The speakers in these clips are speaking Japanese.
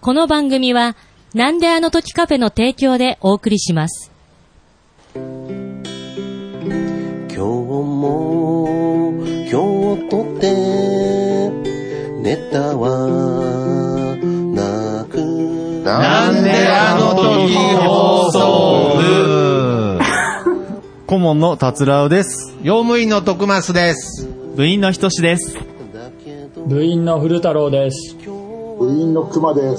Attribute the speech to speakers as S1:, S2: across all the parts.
S1: この番組はなんであの時カフェの提供でお送りします。
S2: 今日も今日とてネタはなく
S3: なんであの時放送部
S4: 顧問の達郎です。
S3: 用務員の徳増です。
S4: 部員のひとしです。
S5: 部員の古太郎です。
S6: 部員の熊です。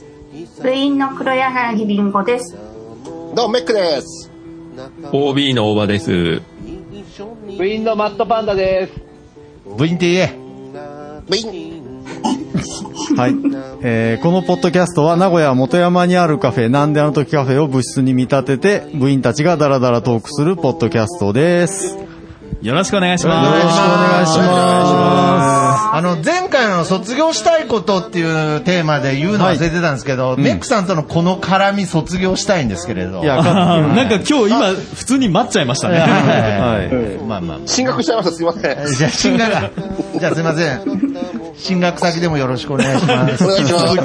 S7: 部員の黒柳りんごです。
S6: どうもメックです。
S8: OB の大場です。
S9: 部員のマットパンダです。
S3: 部員って言え。
S6: 部員
S4: はい、このポッドキャストは名古屋元山にあるカフェなんであの時カフェを部室に見立てて部員たちがダラダラトークするポッドキャストです。よろしくお願いします。よろしくお願いします。
S3: 前回の卒業したいことっていうテーマで言うの忘れてたんですけど、メックさんとのこの絡み卒業したいんですけれど。
S4: いや、なんか今日今普通に待っちゃいましたね。はい。
S6: まあまあ。進学しちゃいました。すいません。
S3: じゃあすいません。進学先でもよろしくお願いします。
S6: お願いします。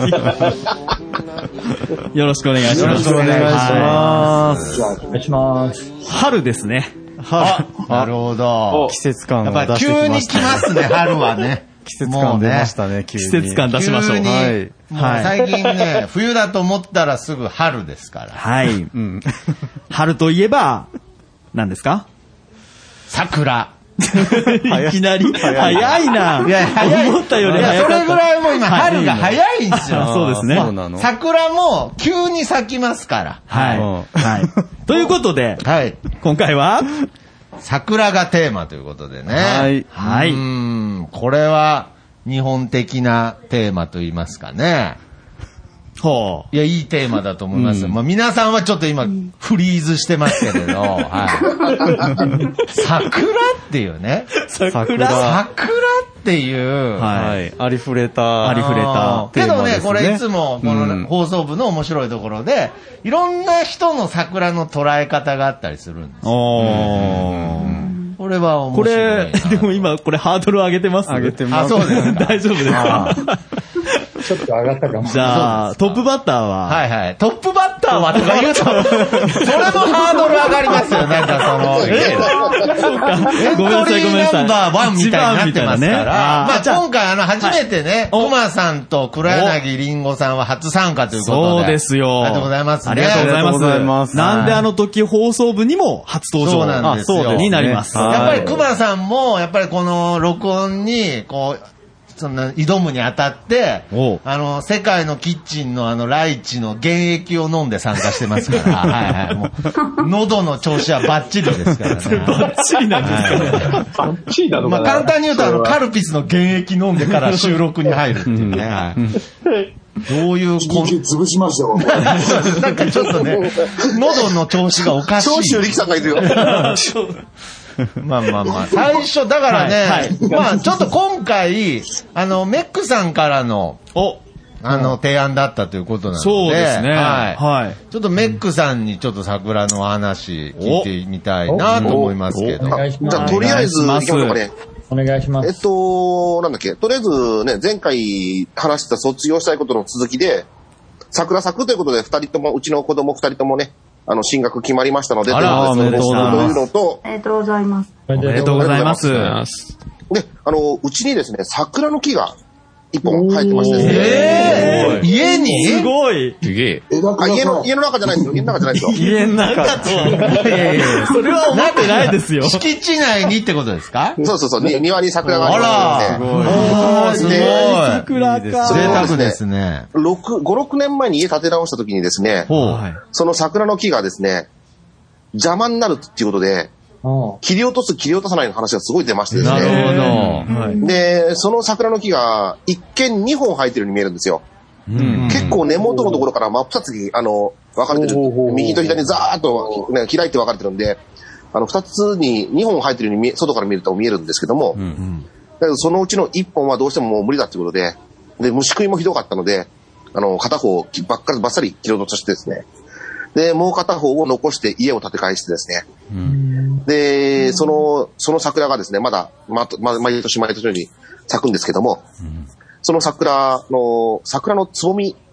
S4: よろしくお願いします。よろしくお願いします。
S5: じゃあお願いします。
S4: 春ですね。
S3: なるほど。
S4: 季節感
S3: が出してきましたね。やっぱり急に来ますね、春はね。
S4: 季節感出ましたね、急に。季節感出しましょう。
S3: はい。最近ね、冬だと思ったらすぐ春ですから。
S4: はい。うん、春といえば、何ですか？
S3: 桜。
S4: いきなり早いな。
S3: いや、早い。
S4: 思ったより早かった。
S3: それぐらいもう今春が早いんですよ。
S4: そうですね。
S3: 桜も急に咲きますから。
S4: はい。はい。ということで、はい。今回は
S3: 桜がテーマということでね。はい。
S4: はい。
S3: これは日本的なテーマと言いますかね。
S4: ほう。
S3: いや、いいテーマだと思います。まあ、皆さんはちょっと今、フリーズしてますけれど、はい。桜っていうね。
S4: 桜
S3: っていう。
S4: はい。ありふれた。
S3: けどね、これいつも、この放送部の面白いところで、いろんな人の桜の捉え方があったりするんですよ。これは面白い。
S4: これ、でも今、これハードル上げてます？
S3: 上げてます。あ、そうですか。
S4: 大丈夫ですか？
S5: ちょっと上がったかも。
S4: じゃあ、トップバッターは？
S3: はいはい。トップバッターはとか言うと、それもハードル上がりますよ。なんか
S4: そうか。ごめんなさい。
S3: メンバー1みたいになってますから。まあ今回初めてね、熊さんと黒柳りんごさんは初参加ということで。
S4: そうですよ。
S3: ありがとうございます。
S4: ありがとうございます。なんであの時放送部にも初登場。
S3: そうなんですよ。
S4: になります。
S3: やっぱり熊さんも、やっぱりこの録音に、こう、挑むにあたって、世界のキッチンのライチの原液を飲んで参加してますから、はいはい。もう、喉の調子はバッチリですからね。
S4: バッチリなんですかね。
S9: バッチリなのかな。
S3: まあ簡単に言うと、カルピスの原液飲んでから収録に入るっていうね。どういう
S6: 潰しましたよ。
S3: なんかちょっとね、喉の調子がおかしい。
S6: 長州力さんがいるよ。
S3: まあ。最初、だからね、まあちょっと今回、メックさんからの、提案だったということなので。
S4: そうですね。
S3: はい。ちょっとメックさんにちょっと桜の話聞いてみたいなと思いますけど。
S6: じゃあとりあえず、行きましょうかね。
S5: お願いします。
S6: なんだっけ、とりあえずね、前回話した卒業したいことの続きで、桜咲くということで、二人とも、うちの子供二人ともね、進学決まりましたので、
S4: おめでとうございます。
S6: というのと、
S7: ありがとうございます。
S4: おめでとうございます。
S6: で、うちにですね、桜の木が一本生えてましてですね。
S3: 家に
S4: すごい。
S8: すげえ。
S6: 家の中じゃないですよ。家の中じゃないですよ。
S4: 家の中と。それは思ってないですよ。
S3: 敷地内にってことですか？
S6: そう。庭に桜がありますので。
S3: すごい。
S4: 桜か。
S3: 贅沢ですね。
S6: 5、6年前に家建て直した時にですね、その桜の木がですね、邪魔になるっていうことで、切り落とさないの話がすごい出ましてですね。
S3: なるほど。
S6: で、その桜の木が一見2本生えてるように見えるんですよ。結構根元のところから真っ二つに、分かれてる。右と左にザーッと、ね、開いて分かれてるんで、二つに2本生えてるように外から見ると見えるんですけども、だけどそのうちの1本はどうしてももう無理だっていうことで、虫食いもひどかったので、片方をバッサリ切り落としてですね、で、もう片方を残して家を建て替えしてですね、で、その桜がですね、まだ、毎年のように咲くんですけども、その桜のつぼみ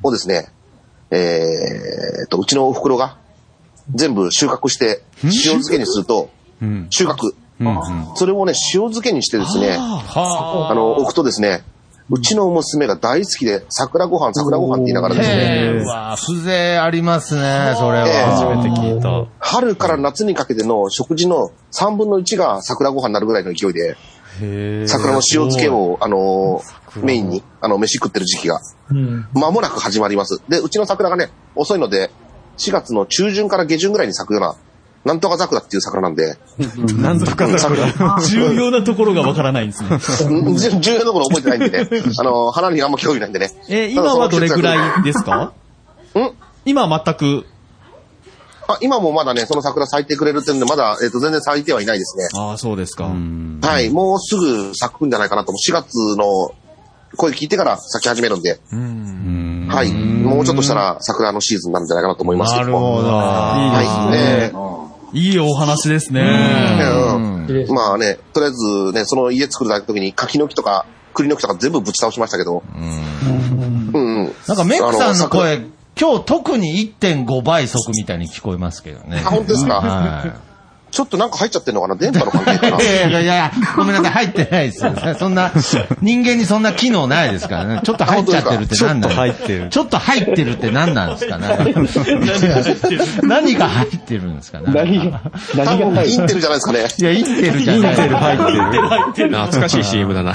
S6: をですね、うちのお袋が全部収穫して塩漬けにすると、収穫。それをね、塩漬けにしてですね、置くとですね、うちの娘が大好きで、桜ご飯って言いながらですね。
S3: うわ風情ありますね、それは。
S4: 初めて聞いた。
S6: 春から夏にかけての食事の3分の1が桜ご飯になるぐらいの勢いで、桜の塩漬けを、メインに、飯食ってる時期が、間もなく始まります。で、うちの桜がね、遅いので、4月の中旬から下旬ぐらいに咲くような、なんとか桜っていう桜なんで。
S4: なんとか桜。
S10: 重要なところがわからないんですね。
S6: 重要なところ覚えてないんでね。花にあんま興味ないんでね。
S10: 今はどれぐらいですか？今は全く。
S6: 今もまだね、その桜咲いてくれるってんで、まだ、全然咲いてはいないですね。
S10: ああ、そうですか。
S6: はい、もうすぐ咲くんじゃないかなと。4月の声聞いてから咲き始めるんで。はい、もうちょっとしたら桜のシーズンなんじゃないかなと思いますけど。
S3: なるほど。
S6: はい、
S10: いいお話ですね。
S6: まあね、とりあえずね、その家作る時に柿の木とか栗の木とか全部ぶち倒しましたけど。
S3: なんかメックさんの声、今日特に 1.5 倍速みたいに聞こえますけどね。
S6: 本当ですか？はい。ちょっとなんか入っちゃってんのかな、電波の関係かな。
S3: いや、ごめんなさい、入ってないですよ。そんな、人間にそんな機能ないですからね。ちょっと入っちゃってるって何なんですか？ちょっと入ってるって何なんですかね。何が入ってるんですかね。
S6: 何がインテルじゃないですかね。
S3: いや、インテルじゃない。インテル入ってる。
S8: 懐かしい CM だな。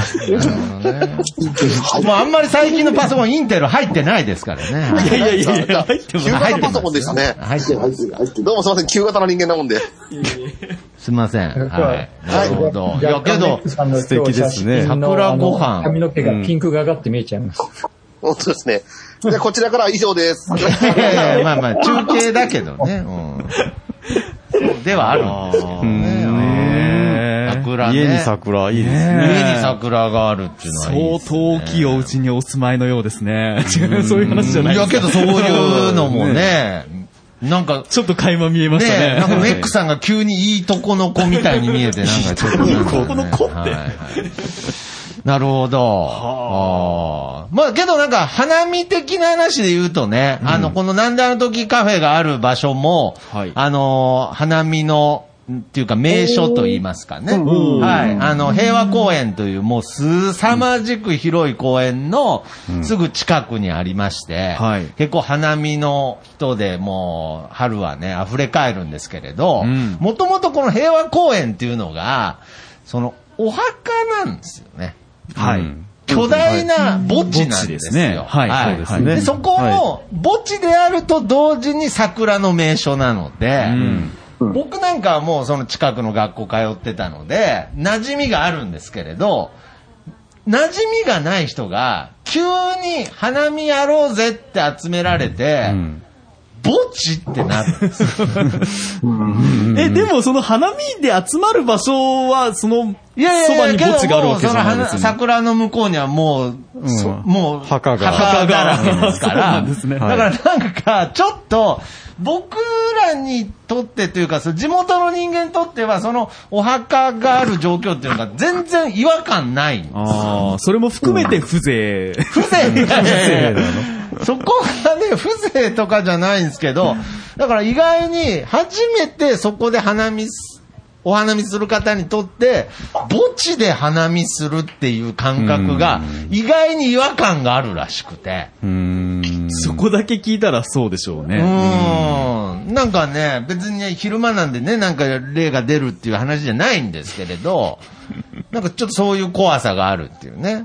S3: もうあんまり最近のパソコンインテル入ってないですからね。
S10: いや、入ってます。
S6: 旧型パソコンでしたね。
S3: 入ってます。
S6: どうもすいません、旧型の人間なもんで。
S3: すみません。はい。なるほど。いや、けど、
S4: 素敵ですね。
S3: 桜ご飯。
S5: 髪の毛がピンクがかって見えちゃいます。
S6: 本当ですね。じゃあ、こちらからは以上です。
S3: まあまあ、中継だけどね。ではあるんですけどね。桜ね。
S4: 家に桜、いいですね。
S3: 家に桜があるっていうのはいいですね。
S10: 相当大きいお家にお住まいのようですね。違う、そういう話じゃないですか。
S3: いや、けどそういうのもね、なんか、
S10: ちょっと垣間見えましたね。
S3: なんかメックさんが急にいいとこの子みたいに見えて、なんかちょっと。いい
S10: とこの子って。
S3: なるほど。まあけどなんか花見的な話で言うとね、このなんであの時カフェがある場所も、花見の、っていうか名所と言いますかね。はい。平和公園というもう凄まじく広い公園のすぐ近くにありまして、結構花見の人でもう春はね、溢れ返るんですけれど、もともとこの平和公園っていうのが、そのお墓なんですよね。はい。巨大な墓地なんですよ。
S10: はい。そうですね。
S3: で、そこの墓地であると同時に桜の名所なので、僕なんかはもうその近くの学校通ってたので、馴染みがあるんですけれど、馴染みがない人が、急に花見やろうぜって集められて、墓地ってなるんですよ。
S10: でもその花見で集まる場所は、その、そばに墓地があるわけじゃないですよね。
S3: 桜の向こうにはもう、もう、
S4: 墓だ
S3: らけですから。
S10: ですね。
S3: だからなんか、ちょっと、僕らにとってというか、地元の人間にとっては、そのお墓がある状況っていうのが全然違和感ないんです。
S10: ああ、それも含めて風情。
S3: 風情そこがね、風情とかじゃないんですけど、だから意外に初めてそこでお花見する方にとって、墓地で花見するっていう感覚が意外に違和感があるらしくて。
S10: そこだけ聞いたらそうでしょうね。
S3: なんかね、別に昼間なんでね、なんか霊が出るっていう話じゃないんですけれど、なんかちょっとそういう怖さがあるっていうね。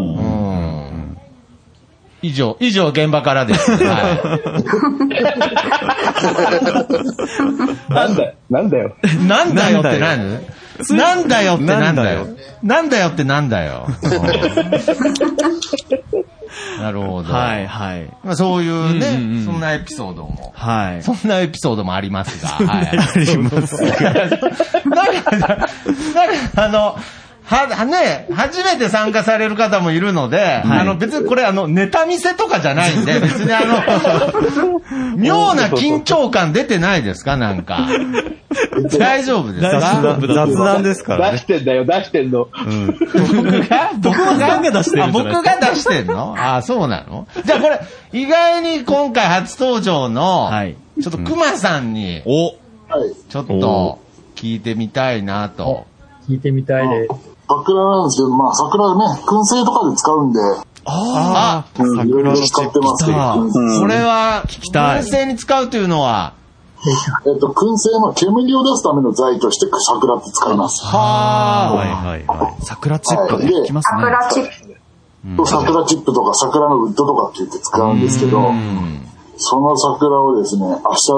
S3: 以上、現場からです。
S9: なんだよ。
S3: なんだよって何？なんだよってなんだよ。なんだよってなんだよ。なるほど。
S10: はいはい。
S3: まあそういうね、そんなエピソードも。はい。そんなエピソードもありますが。はい。ありますが。なんかね、初めて参加される方もいるので、別にこれネタ見せとかじゃないんで、別に妙な緊張感出てないですかなんか。大丈夫ですか？
S4: 雑談ですからね。
S9: 出してんだよ、出してんの。
S3: 僕が出してる。僕が出してんの？あ、そうなの？じゃあこれ、意外に今回初登場の、ちょっと熊さんに、ちょっと聞いてみたいなと。
S5: 聞いてみたいで。
S11: 桜なんですけど、まあ桜ね、燻製とかで使うんで。いろいろ使ってますけど。
S3: これは、燻製に使うというのは、
S11: 燻製の煙を出すための材として桜って使います。
S10: 桜チップできますね。
S7: 桜チップ。
S11: 桜チップとか桜のウッドとかって言って使うんですけど、その桜をですね、明日ち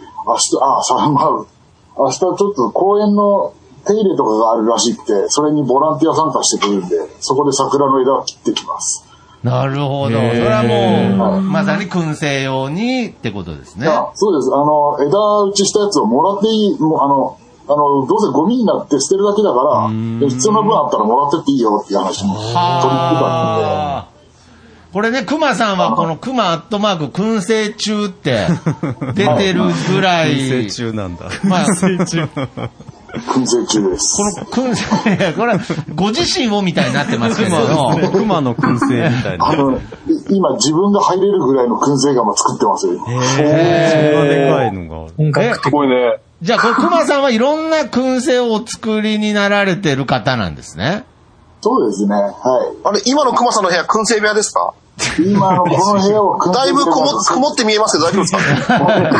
S11: ょっと公園の手入れとかがあるらしくて、それにボランティア参加してくるんで、そこで桜の枝を切ってきます。
S3: なるほど。それはもう、まさに燻製用にってことですね。
S11: そうです。枝打ちしたやつをもらっていい、どうせゴミになって捨てるだけだから、必要な分あったらもらってっていいよっていう話に取り組んだんで。
S3: これね、熊さんはこの熊@燻製中って出てるぐらい。
S4: 燻製中なんだ。
S11: 燻製中です。
S3: この燻製、これ、ご自身をみたいになってますけど。
S4: 熊の燻製みたいな。
S11: 今自分が入れるぐらいの燻製釜作ってますよ。そんな
S4: でかいのが。
S11: すごいね。
S3: じゃあ、これ熊さんはいろんな燻製をお作りになられてる方なんですね。
S11: そうですね。はい。
S6: あれ、今の熊さんの部屋、燻製部屋ですか？
S11: 今のこの部屋を
S6: だいぶ曇って見えますけど大丈夫ですか？
S11: 曇って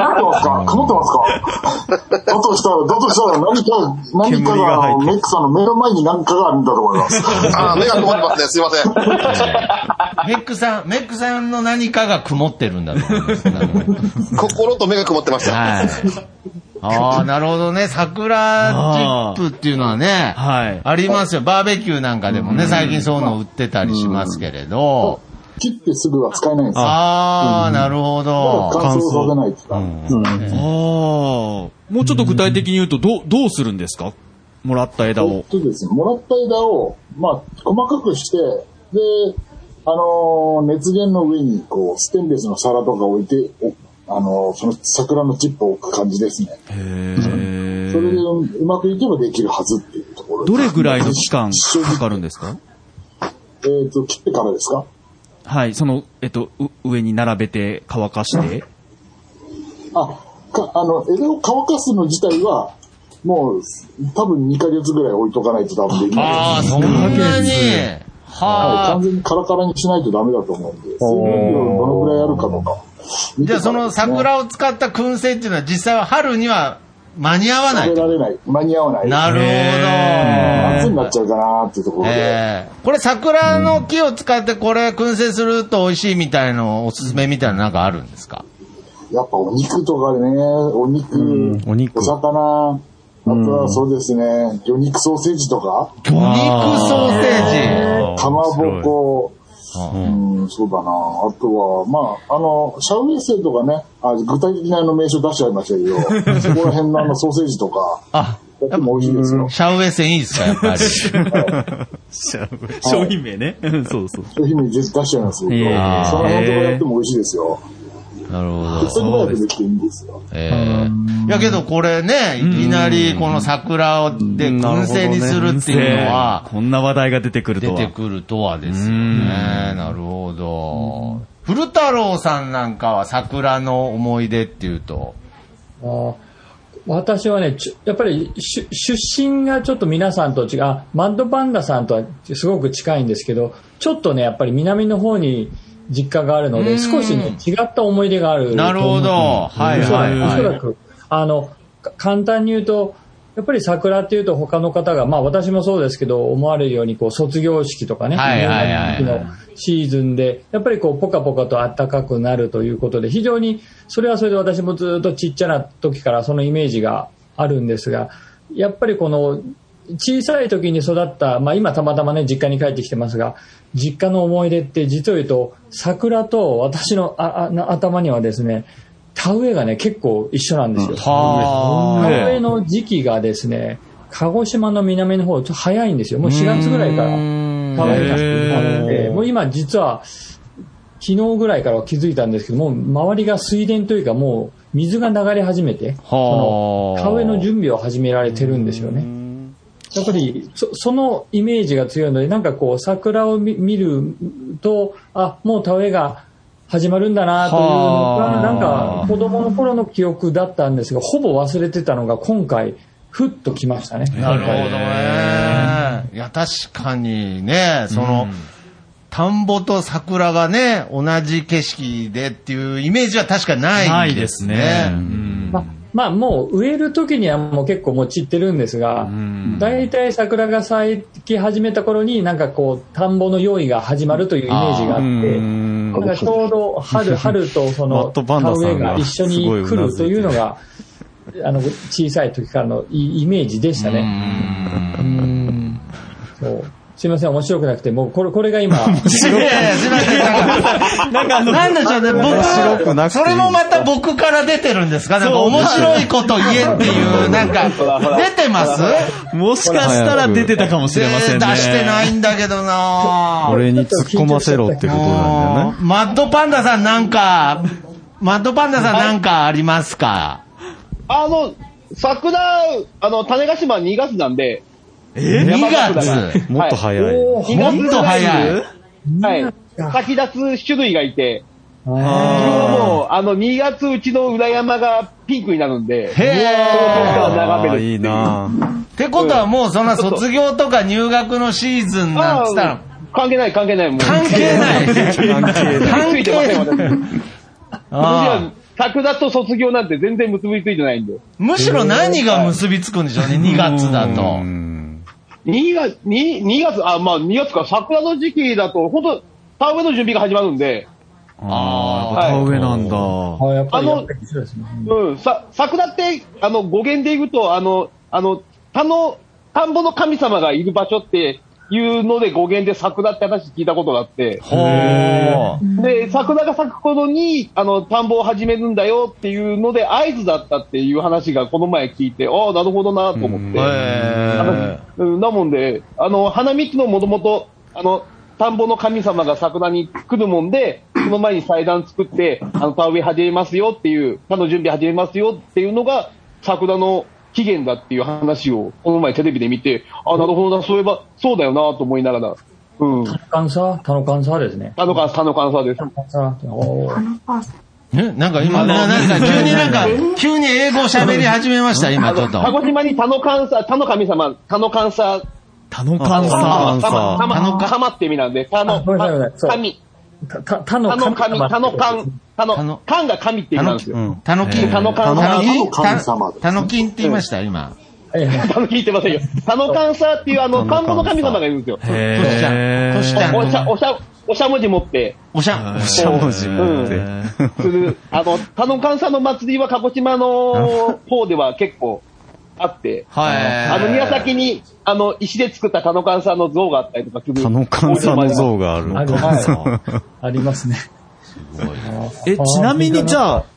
S11: ますか？だとしたら何かがメックさんの目の前に何かがあるんだと思います。
S6: 目が曇ってますね。すいません。
S3: メックさんの何かが曇ってるんだと思います。
S6: 心と目が曇ってました。
S3: はい。ああ、なるほどね。桜チップっていうのはね、ありますよ。バーベキューなんかでもね、最近そういうの売ってたりしますけれど。
S11: 切ってすぐは使えないんですよ。
S3: ああ、なるほど。
S11: 乾燥させないと。
S10: もうちょっと具体的に言うと、どうするんですか？もらった枝を。
S11: そうですね。もらった枝を、細かくして、で、熱源の上に、ステンレスの皿とか置いて、その桜のチップを置く感じですね。それでうまくいけばできるはずっていうところ。
S10: どれぐらいの期間かかるんですか？
S11: 切ってからですか？
S10: はい、上に並べて乾かして。
S11: 枝を乾かすの自体は、もう、多分2ヶ月ぐらい置いとかないと多分できない。
S3: ああ、そんなに。
S11: 完全にカラカラにしないとダメだと思うんで、水分量どのぐらいあるかとか。
S3: じゃあその桜を使った燻製っていうのは実際は春には間に合わない。
S11: 食べられない。間に合わない。
S3: なるほど。
S11: 夏になっちゃうかなっていうところで。
S3: これ桜の木を使ってこれ燻製すると美味しいみたいのおすすめみたいななんかあるんですか？
S11: やっぱお肉とかでね、お魚、あとはそうですね、魚肉ソーセージとか。
S3: 魚肉ソーセージ。
S11: かまぼこ。そうだな。あとは、シャウエッセンとかね、具体的な名称出しちゃいましたけど、そこら辺のソーセージとか、やっても美味しいですよ。
S3: シャウエッセンいいですか、やっぱり。
S10: 商品名ね。そうそう。
S11: 商品名出しちゃいますけど、その辺とかやっても美味しいですよ。
S3: なるほど。
S11: 手っ取り早くできていいんですよ。
S3: いやけどこれね、いきなりこの桜で燻製にするっていうのは、
S10: こんな話題が出てくるとは
S3: ですよね。なるほど。古太郎さんなんかは桜の思い出っていうと。
S5: 私はね、やっぱり出身がちょっと皆さんと違う、マッドパンダさんとはすごく近いんですけど、ちょっとね、やっぱり南の方に実家があるので、少しね、違った思い出があると思う。
S3: なるほど。はいはいはい。
S5: おそらく、簡単に言うと、やっぱり桜っていうと他の方が、私もそうですけど、思われるように、卒業式とかね、のシーズンで、やっぱりポカポカと暖かくなるということで、非常に、それはそれで私もずっとちっちゃな時からそのイメージがあるんですが、やっぱりこの、小さい時に育った、今たまたまね、実家に帰ってきてますが、実家の思い出って実を言うと、桜と私の頭にはですね、田植えがね、結構一緒なんですよ。田植えの時期がですね、 鹿児島の南の方、ちょっと早いんですよ。もう4月ぐらいから食べ始めて、もう今実は、昨日ぐらいから気づいたんですけども、周りが水田というかもう水が流れ始めて、その田植えの準備を始められてるんですよね。やっぱりそのイメージが強いので、なんかこう桜を見ると、あ、もう田植えが始まるんだなというのが、なんか子供の頃の記憶だったんですが、ほぼ忘れてたのが今回、ふっときましたね。
S3: なるほどね。いや、確かにね、田んぼと桜がね、同じ景色でっていうイメージは確かないですね。
S5: まあもう植える時にはもう結構もう散ってるんですが、だいたい桜が咲き始めた頃になんかこう田んぼの用意が始まるというイメージがあって、なんかちょうど春とその田植えが一緒に来るというのが、小さい時からのイメージでしたね。そうすいません、面白くなくて、もうこれが今。面白く
S3: なんでしょうね、僕、それもまた僕から出てるんですか？なんか面白いこと言えっていう、なんか、出てます
S10: もしかしたら出てたかもしれませんね。
S3: 出してないんだけどな
S4: 俺に突っ込ませろってことなんだよね。
S3: マッドパンダさんなんかありますか？
S9: 桜、種子島2月なんで、
S3: 2月
S4: もっと早い。
S3: もっと早い。
S9: はい。咲き出す種類がいて、もう、2月うちの裏山がピンクになるんで、眺める。
S4: いいな
S3: ってことはもうそんな卒業とか入学のシーズンなんつったら、
S9: 関係ない。もう
S3: 関係ない
S9: 桜と卒業なんて全然結びついてないんで。
S3: むしろ何が結びつくんでしょうね、2月だと。
S9: 2月か、桜の時期だと、本当田植えの準備が始まるんで。
S4: 田植えなんだ。
S9: 桜って、語源で言うと、田んぼの神様がいる場所っていうので語源で桜って話聞いたことがあって。で、桜が咲く頃に、田んぼを始めるんだよっていうので合図だったっていう話がこの前聞いて、ああ、なるほどなと思って。なもんで、花見ってのもともと、田んぼの神様が桜に来るもんで、その前に祭壇作って、田植え始めますよっていう、田の準備始めますよっていうのが、桜の起源だっていう話を、この前テレビで見て、あ、なるほどな、そういえば、そうだよなと思いながら。
S5: 田の観差ですね。
S9: 田の観差です。
S3: なんか今、急に英語を喋り始めました、今ちょっと。
S9: 鹿児島に田の神様、田の観差。玉って意味なんで、田の神。田の神が神って意味なんですよ。
S3: 田の金って言いました、今。
S9: 田の金ってませんよ。田の神さっていう田んぼの神様がいるんですよ。おしゃもじ持って。
S3: おしゃもじ持って。
S9: 田の神さの祭りは鹿児島の方では結構あって、宮崎に石で作った田の神さの像があったりとかする。
S4: 田の神さの像がある。
S5: ありますね。
S10: ちなみにじゃあ、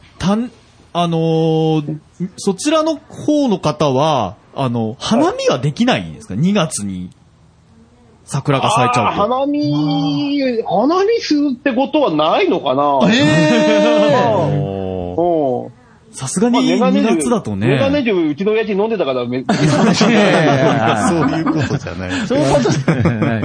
S10: そちらの方の方は、花見はできないんですか ?2 月に桜が咲いちゃうと。
S9: 花見するってことはないのかな？
S10: さすがに2月だとね。
S9: メガネ汁うちの親父飲んでたからそういう
S4: ことじゃない。
S3: そういうことじゃない。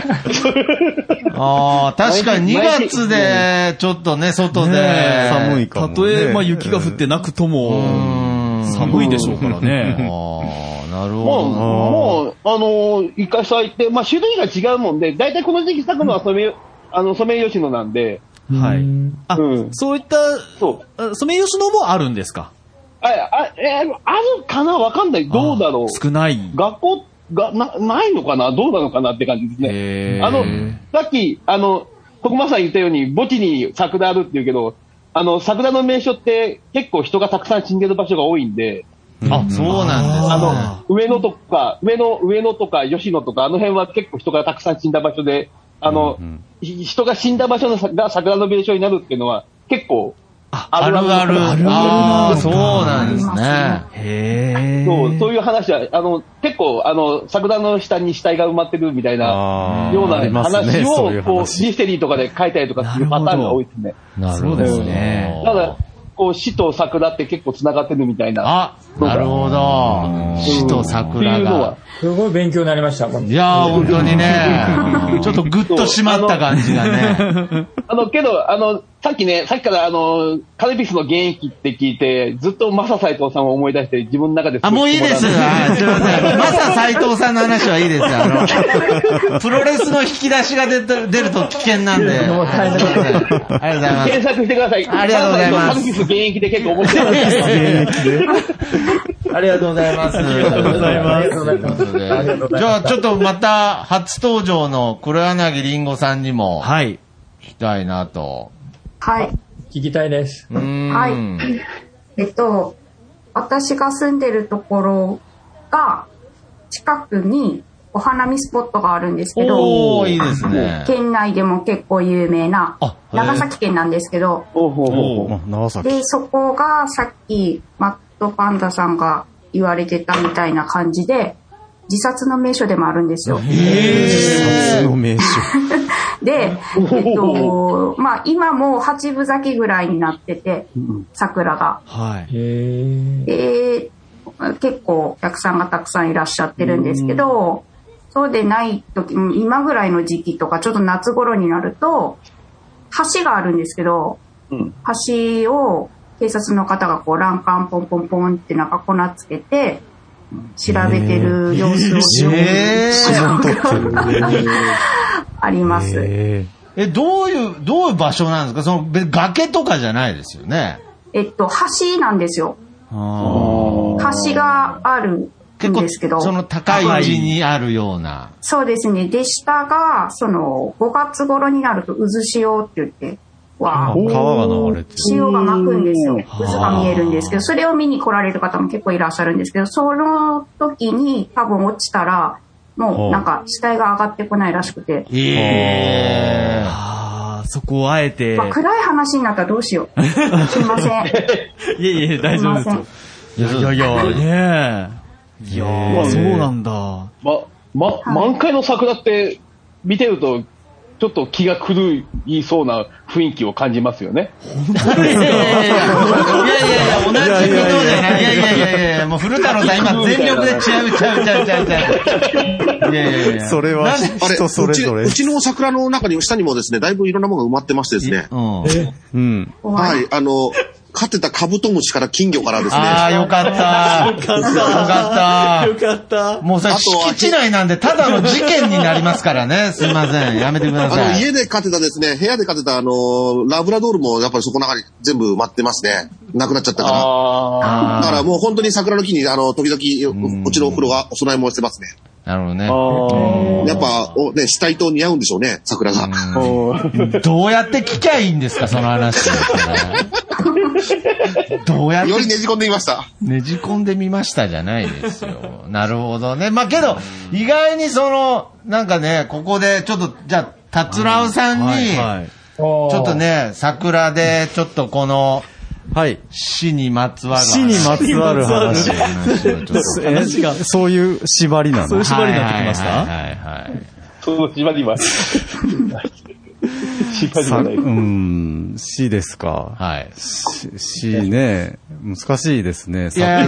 S3: 確かに2月でちょっとね、外で
S4: 寒いかもね。
S10: たとえ雪が降ってなくとも寒いでしょうからね。
S3: なるほ
S9: ど。もう、一回咲いて、種類が違うもんで、だいたいこの時期咲くのはソメイヨシノなんで。
S10: はい。そういった、ソメイヨシノもあるんですか？
S9: あるかな？わかんない。どうだろう。
S10: 少ない。
S9: 学校がないのかな？どうなのかなって感じですね。さっき、徳間さん言ったように、墓地に桜あるって言うけど、桜の名所って結構人がたくさん死んでる場所が多いんで、
S3: そうなんですね。
S9: 上野とか吉野とか、あの辺は結構人がたくさん死んだ場所で、人が死んだ場所が桜の名所になるっていうのは結構
S3: あるある。ああ、そうなんですね。
S4: へ
S9: そういう話は、結構、桜の下に死体が埋まってるみたいな、ような話を、こう、ミステリーとかで書いたりとかするパターンが多いですね。
S3: なるほどですね。
S9: ただ、こう、死と桜って結構繋がってるみたいな。
S3: あ、なるほど。死と桜が。
S5: すごい勉強になりました。
S3: いやー、本当にね。ちょっとグッと締まった感じがね。
S9: けど、さっきからカルピスの現役って聞いて、ずっとマサ斎藤さんを思い出して自分の中で。
S3: あ、もういいです。すいません。マサ斎藤さんの話はいいです。プロレスの引き出しが出ると危険なんで。ありがとうございます。
S9: 検索してください。
S3: ありがとうございます。
S9: カルピス現役で結構面白いです。
S3: ありがとうございます。ありがとうございます。じゃあ、ちょっとまた、初登場の黒柳りんごさんにも、はい。聞きたいなと。
S12: はい。
S5: 聞きたいです。
S12: はい。私が住んでるところが、近くにお花見スポットがあるんですけど、
S3: いいですね。
S12: 県内でも結構有名な、長崎県なんですけど、
S4: 長崎。
S12: で、そこがさっき、マットパンダさんが言われてたみたいな感じで、自殺の名所でもあるんですよ。
S4: 自殺の名所。
S12: で、まあ今もう8分咲きぐらいになってて、桜が。
S4: はい。
S12: で、結構お客さんがたくさんいらっしゃってるんですけど、そうでない時、今ぐらいの時期とか、ちょっと夏頃になると、橋があるんですけど、橋を警察の方がこう欄干ポンポンポンってなんか粉つけて、調べてる様子をあります。
S3: どういう場所なんですか？その崖とかじゃないですよね。
S12: 橋なんですよ。橋があるんですけど。
S3: その高い位置にあるような。
S12: そうですね。で、下が、5月頃になると渦潮って言って、
S4: 川が流れてる。
S12: 潮が巻くんですよ。渦が見えるんですけど、それを見に来られる方も結構いらっしゃるんですけど、その時に多分落ちたら、もうなんか死体が上がってこないらしくて。
S10: そこをあえて。
S12: 暗い話になったらどうしよう。すいません。
S10: いえ、大丈夫ですよ。いや、そうなんだ。
S9: 満開の桜って見てると、ちょっと気が狂いそうな雰囲気を感じますよね。
S3: いや、同じことじゃない。いや、もう古太郎さん今全力でちゃう。いや。
S4: それは人それぞれ。
S6: うちの桜の中に、下にもですね、だいぶいろんなものが埋まってましてですね。はい、飼ってたカブトムシから金魚からですね。
S3: よかった。もうさ、敷地内なんでただの事件になりますからね。すいません。やめてください。
S6: 家で飼ってたですね、部屋で飼ってたラブラドールもやっぱりそこの中に全部埋まってますね。なくなっちゃったから。だからもう本当に桜の木に時々うちのお風呂がお供えもしてますね。
S3: なるほどね。
S6: やっぱ、死体と似合うんでしょうね、桜が。
S3: どうやって聞きゃいいんですか、その話。どうやって。
S6: よりねじ込んでみました。
S3: ねじ込んでみましたじゃないですよ。なるほどね。まあけど、意外になんかね、ここで、ちょっと、じゃあ、達郎さんに、ちょっとね、桜で、ちょっとこの、死にまつわる
S4: 話。そういう縛りなの？
S10: そういう縛りになってきました？
S9: その縛りは。
S4: 死ですか。
S3: はい。
S4: 死ね、難しいですね。
S3: 桜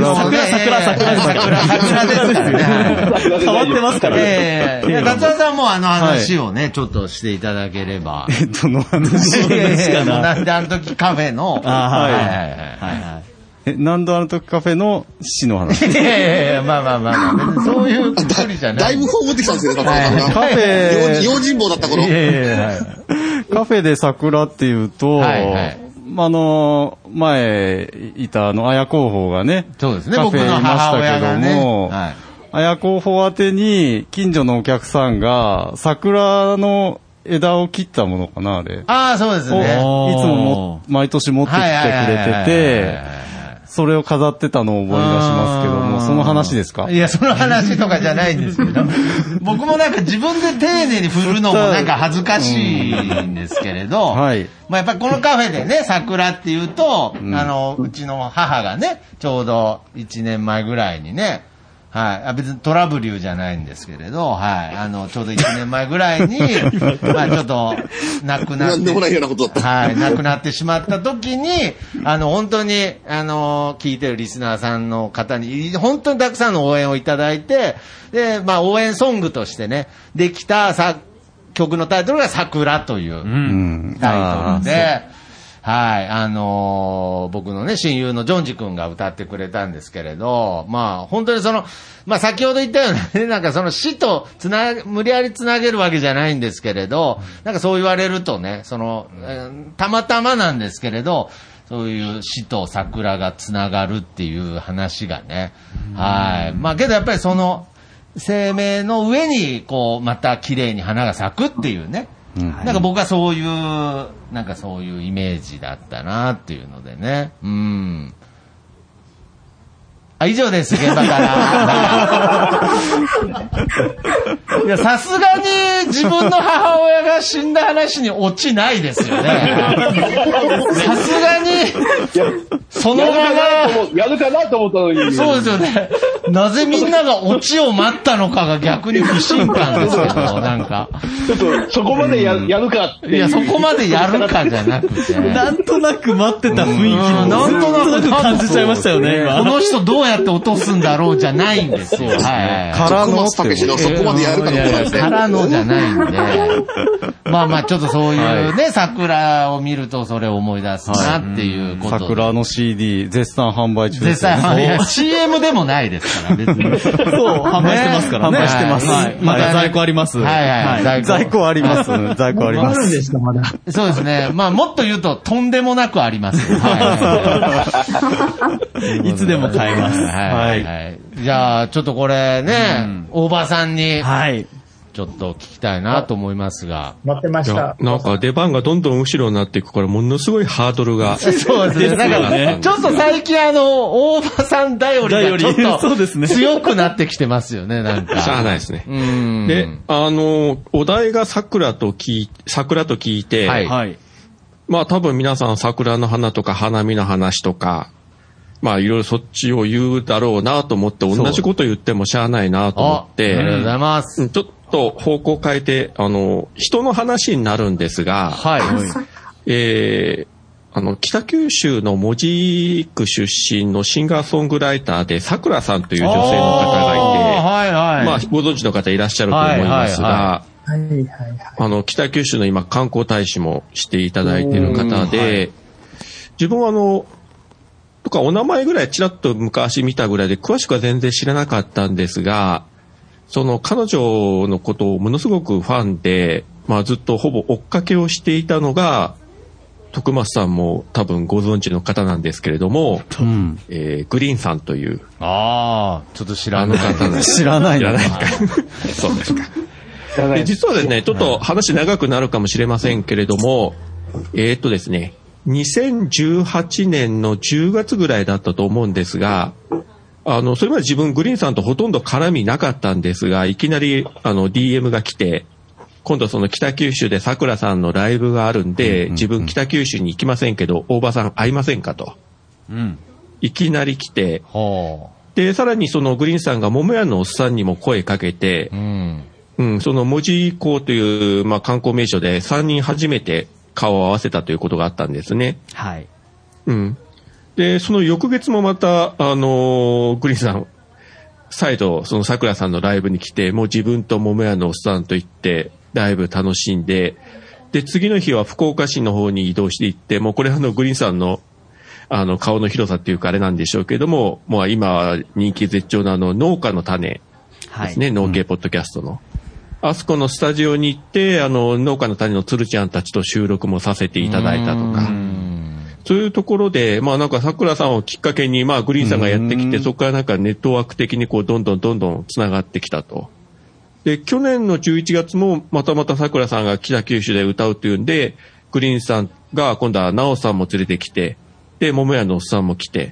S3: ですからね。
S10: 変わってますからね。
S3: 達郎さんも話をね、ちょっとしていただければ。
S4: どの話
S3: ですかなんであの時カフェの。
S4: なんであの時カフェの死の話。
S3: いや、まあ。そういうくくりじゃない。
S6: だいぶ放ってきたんですよね、カ
S4: フェ。
S6: 用心棒だった頃。
S4: カフェで桜っていうと、前いた綾候補がね、
S3: そうですね、
S4: カフェいましたけども、綾候補宛てに近所のお客さんが桜の枝を切ったものかな、あれ。
S3: そうですね。
S4: いつも毎年持ってきてくれてて、 それを飾ってたのを思い出しますけども、その話ですか？
S3: いや、その話とかじゃないんですけど、僕もなんか自分で丁寧に振るのもなんか恥ずかしいんですけれど、はい。まあやっぱりこのカフェでね、桜っていうと、うちの母がね、ちょうど1年前ぐらいにね、はい。別にトラブルじゃないんですけれど、はい。ちょうど1年前ぐらいに、まあちょっと、亡くなって。
S6: なんでもないようなことだった。
S3: はい。亡くなってしまった時に、本当に、聞いてるリスナーさんの方に、本当にたくさんの応援をいただいて、で、まあ応援ソングとしてね、できた曲のタイトルが桜というタイトルで、はい、僕のね、親友のジョンジ君が歌ってくれたんですけれど、まあ、本当にまあ、先ほど言ったようなね、なんかその死と無理やりつなげるわけじゃないんですけれど、なんかそう言われるとね、たまたまなんですけれど、そういう死と桜がつながるっていう話がね、はい。まあ、けどやっぱり生命の上に、また綺麗に花が咲くっていうね、なんか僕はそういうイメージだったなっていうのでね。以上です、現場から。いや、さすがに自分の母親が死んだ話にオチないですよね。さすがに、そのまま。
S9: やるかなと思ったのに。
S3: そうですよね。なぜみんながオチを待ったのかが逆に不信感ですけど、なんか。
S9: ちょっと、そこまでやるかっていう。
S3: いや、そこまでやるかじゃなくて。
S10: なんとなく待ってた雰囲気も、なんとなく感じちゃいましたよね、今。
S3: この人どうやって落とすんだろうじゃないんですよ。はい。
S6: からのそこまでやるかの
S3: からのじゃないんで。まあまあ、ちょっとそういうね、桜を見るとそれを思い出すなっていうことで。
S4: 桜の CD、絶賛販売中です。
S3: 絶賛販売。CM でもないですから、別に。
S10: そう、販売してますからね。
S4: 販売してます。
S10: まだ在庫あります。
S4: はいはい。在庫あります。在庫あります。
S5: あるんですか、まだ。
S3: そうですね。まあ、もっと言うと、とんでもなくあります。
S10: いつでも買えます。
S3: はい。じゃあ、ちょっとこれね、大場さんに。はい。ちょっと聞きたいなと思いますが。
S5: 待ってました。
S8: なんか出番がどんどん後ろになっていくから、ものすごいハードルが。
S3: そうですね。だからね、ちょっと最近大場さん頼りがちょっと強くなってきてますよね、なんか。
S8: しゃあないですね。で、お題が桜と聞いて、はい。まあ多分皆さん桜の花とか花見の話とか、まあいろいろそっちを言うだろうなと思って、同じこと言ってもしゃあないなと思って、
S3: ありがとうございます。
S8: ちょっと方向変えて、人の話になるんですが、はい。北九州の門司区出身のシンガーソングライターで、桜さんという女性の方がいて、はいはい。まあご存知の方いらっしゃると思いますが、北九州の今観光大使もしていただいている方で、自分はとかお名前ぐらいちらっと昔見たぐらいで詳しくは全然知らなかったんですが、その彼女のことをものすごくファンで、まあずっとほぼ追っかけをしていたのが、徳松さんも多分ご存知の方なんですけれども、グリーンさんという。
S3: ああ、ちょっと知らない。
S8: 方です。
S4: 知らないか。
S8: そうですか。で実はですね、ちょっと話長くなるかもしれませんけれども、ですね、2018年の10月ぐらいだったと思うんですが、それまで自分グリーンさんとほとんど絡みなかったんですが、いきなりDM が来て、今度その北九州で桜さんのライブがあるんで、自分北九州に行きませんけど、大場さん会いませんかと。いきなり来て、で、さらにそのグリーンさんが桃屋のおっさんにも声かけて、その門司港という、まあ、観光名所で3人初めて顔を合わせたということがあったんですね。
S10: はい。
S8: で、その翌月もまた、グリーンさん、再度、その桜さんのライブに来て、もう自分と桃屋のおっさんと行って、ライブ楽しんで、で、次の日は福岡市の方に移動していって、もうこれグリーンさんの、顔の広さっていうかあれなんでしょうけれども、もう今人気絶頂の農家の種ですね、農系ポッドキャストの。あそこのスタジオに行って、農家の種のつるちゃんたちと収録もさせていただいたとか、そういうところで、まあなんか桜さんをきっかけに、まあグリーンさんがやってきて、そこからなんかネットワーク的にこうどんどん繋がってきたと。で、去年の11月もまた桜さんが北九州で歌うというんで、グリーンさんが今度はナオさんも連れてきて、で、桃屋のおっさんも来て、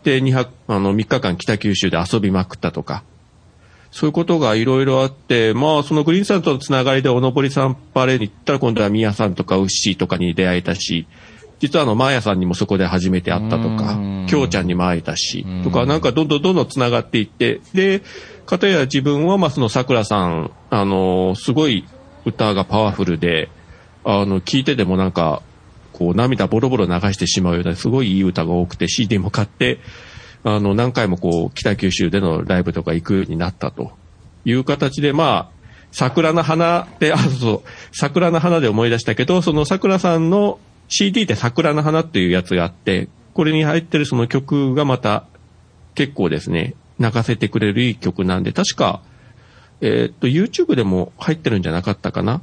S8: で、3日間北九州で遊びまくったとか、そういうことがいろいろあって、まあ、そのグリーンさんとのつながりでおのぼりさんパレードに行ったら今度はミヤさんとかウッシーとかに出会えたし、実はマーヤさんにもそこで初めて会ったとか、キョウちゃんにも会えたし、とか、なんかどんどんつながっていって、で、かたや自分は、まあ、その桜さん、すごい歌がパワフルで、聞いててもなんか、こう、涙ボロボロ流してしまうような、すごいいい歌が多くて、CD も買って、何回もこう、北九州でのライブとか行くようになったという形で、まあ、桜の花で、桜の花で思い出したけど、その桜さんの CD で桜の花っていうやつがあって、これに入ってるその曲がまた結構ですね、泣かせてくれるいい曲なんで、確か、YouTube でも入ってるんじゃなかったかな。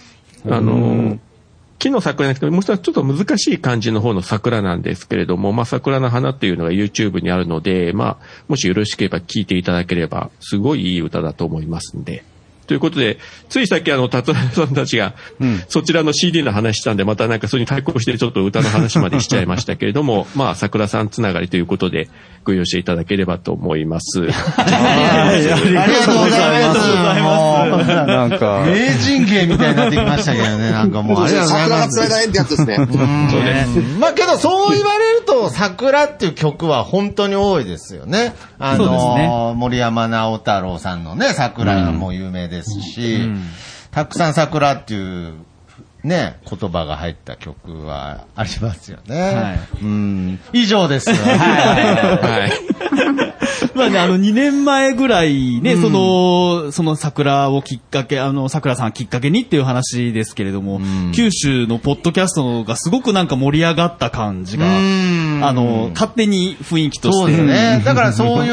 S8: 木の桜じゃなくて、もう一つちょっと難しい漢字の方の桜なんですけれども、まあ、桜の花っていうのが YouTube にあるので、まあ、もしよろしければ聞いていただければ、すごいいい歌だと思いますんで。ということで、ついさっき達郎さんたちが、そちらの CD の話したんで、またなんかそれに対抗してちょっと歌の話までしちゃいましたけれども、まあ、桜さんつながりということで、ご容赦いただければと思います。
S3: ありがとうございます。
S4: なんか、
S3: 名人芸みたいになってきましたけどね、なんかもう、ありがとうございます。
S6: 桜が辛いってやつですね。
S3: そうです。まあけど、そう言われると、桜っていう曲は本当に多いですよね。森山直太朗さんのね、桜も有名ですし、たくさん桜っていうね、言葉が入った曲はありますよね。以上です。はい。
S10: まあね、2年前ぐらいね、その桜をきっかけ、桜さんきっかけにっていう話ですけれども、九州のポッドキャストがすごくなんか盛り上がった感じが、勝手に雰囲気として。
S3: そうですね。だからそういう、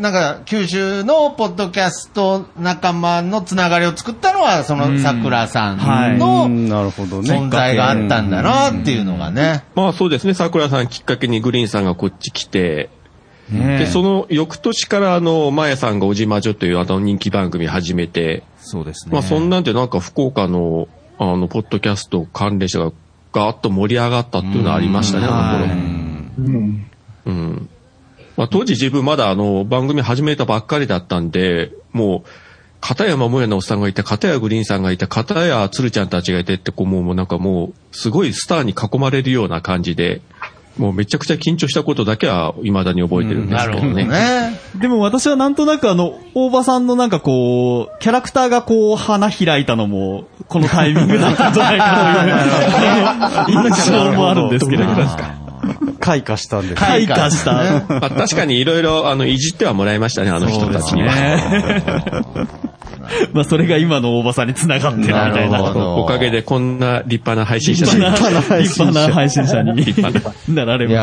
S3: なんか、九州のポッドキャスト仲間のつながりを作ったのは、その桜さんの存在があったんだなっていうのがね。
S8: まあそうですね、桜さんきっかけにグリーンさんがこっち来て、で、その翌年からマヤさんがおじまじょという人気番組始めて、
S10: そうですね。
S8: まあそんなんでなんか福岡のポッドキャスト関連者がガーッと盛り上がったっていうのはありましたね、あの頃。まあ当時自分まだ番組始めたばっかりだったんで、もう、片や桃屋のおっさんがいて、片やグリーンさんがいて、片や鶴ちゃんたちがいてってもうなんかもう、すごいスターに囲まれるような感じで、もうめちゃくちゃ緊張したことだけは未だに覚えてるんですけどね。
S10: でも私はなんとなく大場さんのなんかこう、キャラクターがこう花開いたのも、このタイミングだったんじゃないかという印象もあるんですけど。
S4: 開花したんです。
S10: 開花した。
S8: まあ、確かにいろいろいじってはもらいましたね、あの人たちには。
S10: まあそれが今の大場さんに繋がってるみたいな。
S8: おかげでこんな立派な配信者に。
S10: 立派な配信者になられました。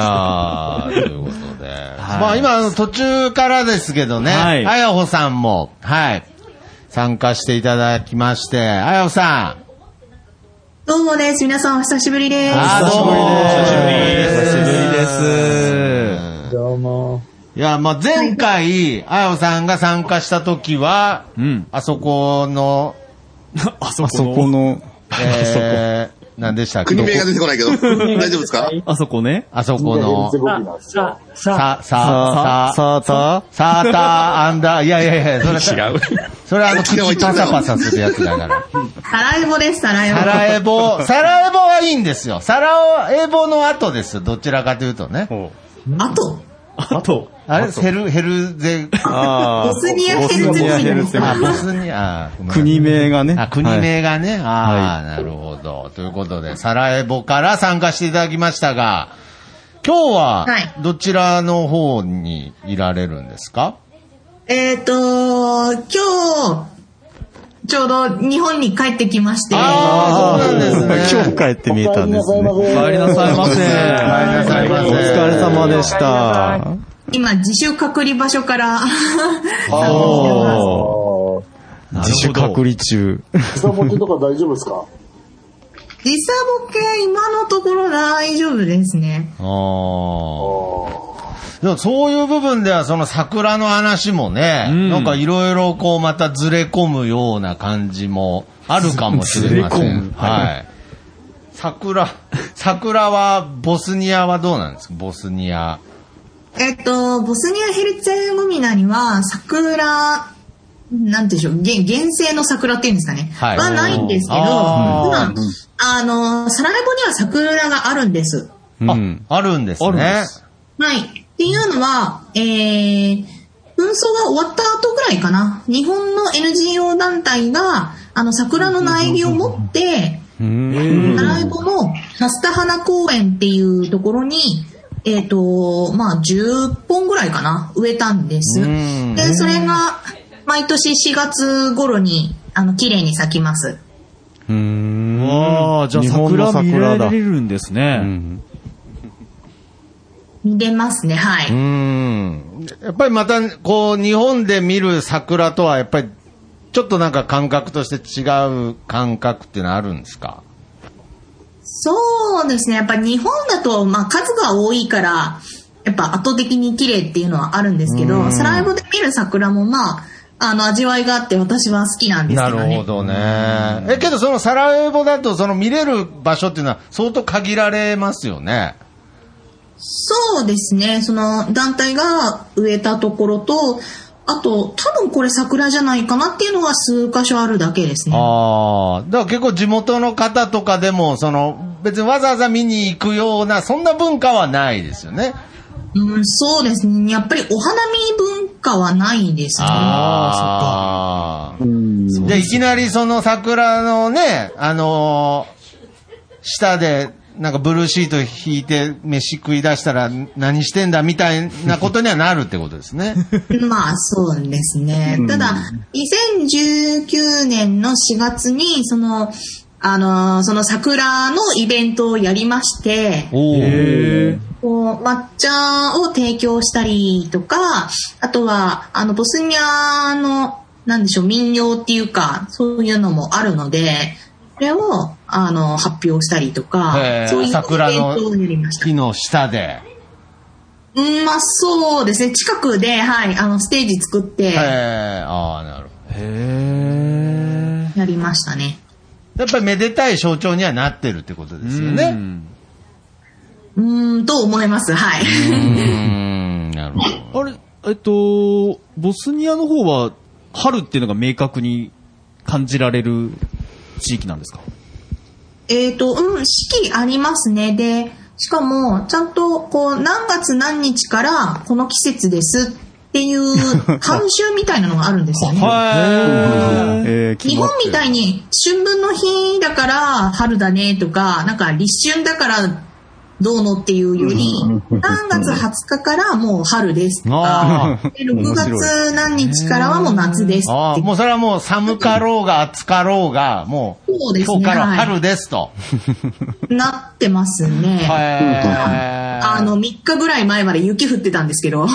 S3: いやー、ということで。まあ今途中からですけどね、あやほさんも、参加していただきまして、あやほさん。
S13: どうもです。皆さんお久しぶりです。
S3: 久しぶり
S10: です。
S5: どうも。
S3: いや、まあ、前回、あやほさんが参加した時は、あそこの、何でしたっけ？
S6: 国名が出てこないけど、大丈夫ですか？
S10: あそこね。
S3: あそこの、
S10: サー
S3: ター、いや、それ
S8: 違う。
S3: それ口パサパサするやつだから。
S13: サラエボです、サラエボ。
S3: サラエボはいいんですよ。サラエボの後ですよ。どちらかというとね。
S13: 後
S3: あれヘルゼ。
S13: ボスニアヘルツェゴビナ。
S3: ボスニア。
S4: 国名がね。
S3: 国名がね。なるほど。ということで、サラエボから参加していただきましたが、今日は、どちらの方にいられるんですか？
S13: 今日、ちょうど日本に帰ってきまして。
S3: そうなんですね。
S4: 今日帰ってみえたんですね。
S10: お帰りなさいませ。
S4: お疲れ様でした。
S13: 今、自主隔離場所から
S4: 自主隔離中。
S11: 時差ボケとか大丈夫ですか？
S13: 時差ボケ、今のところ大丈夫ですね。
S3: でもそういう部分ではその桜の話もね、なんかいろいろこうまたずれ込むような感じもあるかもしれません。桜はボスニアはどうなんですか？ボスニア。
S13: ボスニア・ヘルツェゴビナには桜、なんていうんでしょう、原生の桜っていうんですかね。はないんですけど、サラエボには桜があるんです。
S3: あるんですね。
S13: はい。っていうのは、紛争が終わった後ぐらいかな。日本の NGO 団体が、桜の苗木を持って、サラエボのナスタハナ公園っていうところに、10本ぐらいかな、植えたんです。で、それが、毎年4月頃に、綺麗に咲きます。
S10: じゃあ桜見られるんですね。
S13: 見れますね、はい。
S3: やっぱりまた、こう、日本で見る桜とは、やっぱり、ちょっとなんか感覚として違う感覚っていうのはあるんですか？
S13: そうですね。やっぱ日本だと、数が多いから、やっぱ圧倒的に綺麗っていうのはあるんですけど、サラエボで見る桜も味わいがあって私は好きなんですけどね。
S3: なるほどね。けどそのサラエボだと、その見れる場所っていうのは相当限られますよね。
S13: そうですね。その団体が植えたところと、あと、多分これ桜じゃないかなっていうのが数箇所あるだけですね。
S3: だから結構地元の方とかでも、別にわざわざ見に行くような、そんな文化はないですよね。
S13: そうですね。やっぱりお花見文化はないですね。
S3: そっか。で、いきなりその桜のね、下で、なんかブルーシート引いて飯食い出したら何してんだみたいなことにはなるってことですね。
S13: そうですね。ただ、2019年の4月に、その桜のイベントをやりまして、抹茶を提供したりとか、あとは、ボスニアの、民謡っていうか、そういうのもあるので、それを、発表したりとか、そういうイベントをやりました。
S3: 木の下で。
S13: そうですね。近くで、ステージ作って、
S3: なるほど。
S13: やりましたね。
S3: やっぱりめでたい象徴にはなってるってことですよね。
S13: と思います。はい。
S3: なるほど。
S10: あれ、ボスニアの方は、春っていうのが明確に感じられる地域なんですか？
S13: 四季ありますね。で、しかも、ちゃんと、何月何日からこの季節ですっていう慣習みたいなのがあるんですよね。日本みたいに春分の日だから春だねとか、立春だからどうのっていうより、3月20日からもう春ですとか、6月何日からはもう夏ですって。
S3: もうそれはもう寒かろうが暑かろうが、もう今日から春ですと。
S13: なってますね。3日ぐらい前まで雪降ってたんですけど。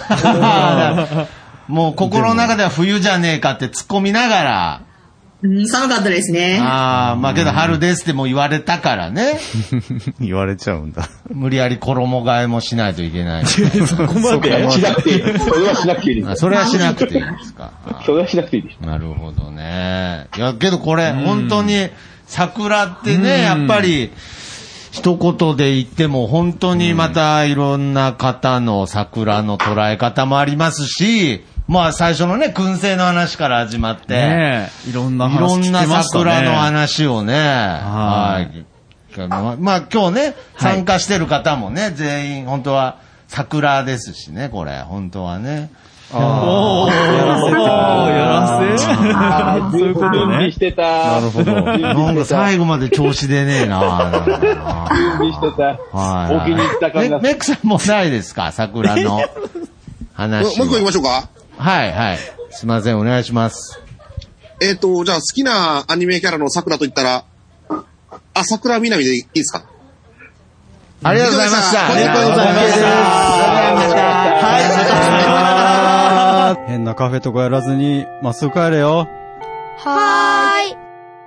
S3: もう心の中では冬じゃねえかって突っ込みながら、
S13: 寒かったですね。
S3: けど春ですってもう言われたからね。
S4: 言われちゃうんだ。
S3: 無理やり衣替えもしないといけない。
S10: そこまで
S9: しなくていい。それはしなくていいです。
S3: それはしなくていいですか。
S9: それはしなくていいです。
S3: なるほどね。いや、けどこれ、本当に桜ってね、やっぱり、一言で言っても本当にまたいろんな方の桜の捉え方もありますし、最初のね、燻製の話から始まって、
S10: いろんな話聞きましたね。
S3: いろんな桜の話をね、今日ね、参加してる方もね、全員本当は桜ですしね、これ、本当はね。
S10: やらせ
S9: そういうことね。準備してた。
S3: なるほど。なんか最後まで調子出ねえな。
S9: 準備してた。お気に入った感が。
S3: メックさんもないですか、桜の話。
S6: もう一個行きましょうか。
S3: はいはい。すいません、お願いします。
S6: じゃあ好きなアニメキャラの桜と言ったら、桜みなみでいいですか？
S3: ありがとうございました。
S4: ありがとうございました。はい。変なカフェとかやらずに、まっすぐ帰れよ。
S14: はーい。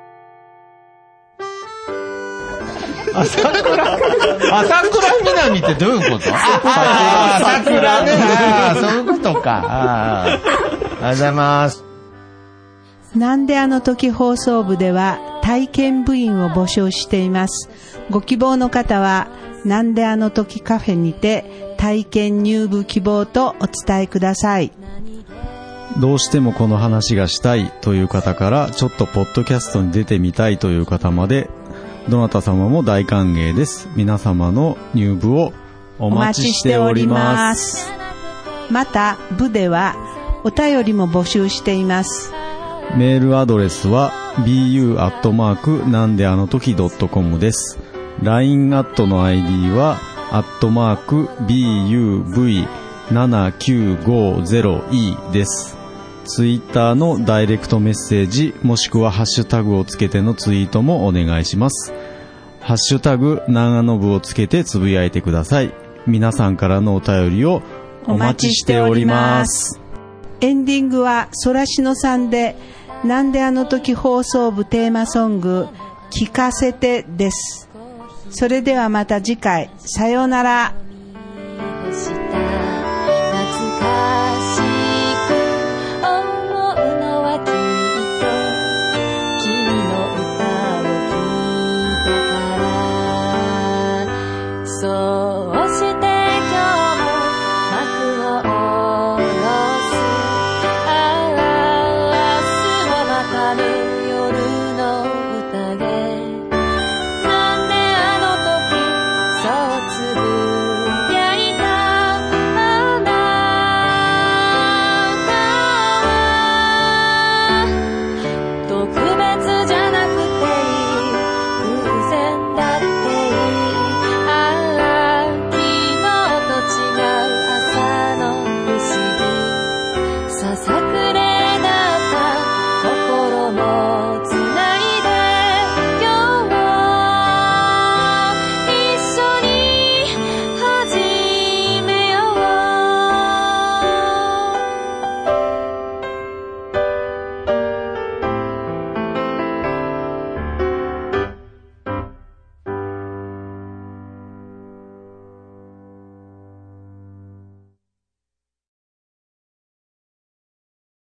S3: 桜みなみってどういうこと？桜ね。そういうことか。ありがとうございます。
S15: なんであの時放送部では、 体験部員を募集しています。ご希望の方はなんであの時カフェにて体験入部希望とお伝えください。
S4: どうしてもこの話がしたいという方からちょっとポッドキャストに出てみたいという方までどなた様も大歓迎です。皆様の入部をお待ちしております。
S15: また部ではお便りも募集しています。
S4: メールアドレスは bu@ なんであの時 .com です。 LINE アットの ID は@buv7950e です。ツイッターのダイレクトメッセージもしくはハッシュタグをつけてのツイートもお願いします。ハッシュタグ長野部をつけてつぶやいてください。皆さんからのお便りをお待ちしております。
S15: エンディングはソラシノさんでなんであの時放送部テーマソング聞かせてです。それではまた次回、さようなら。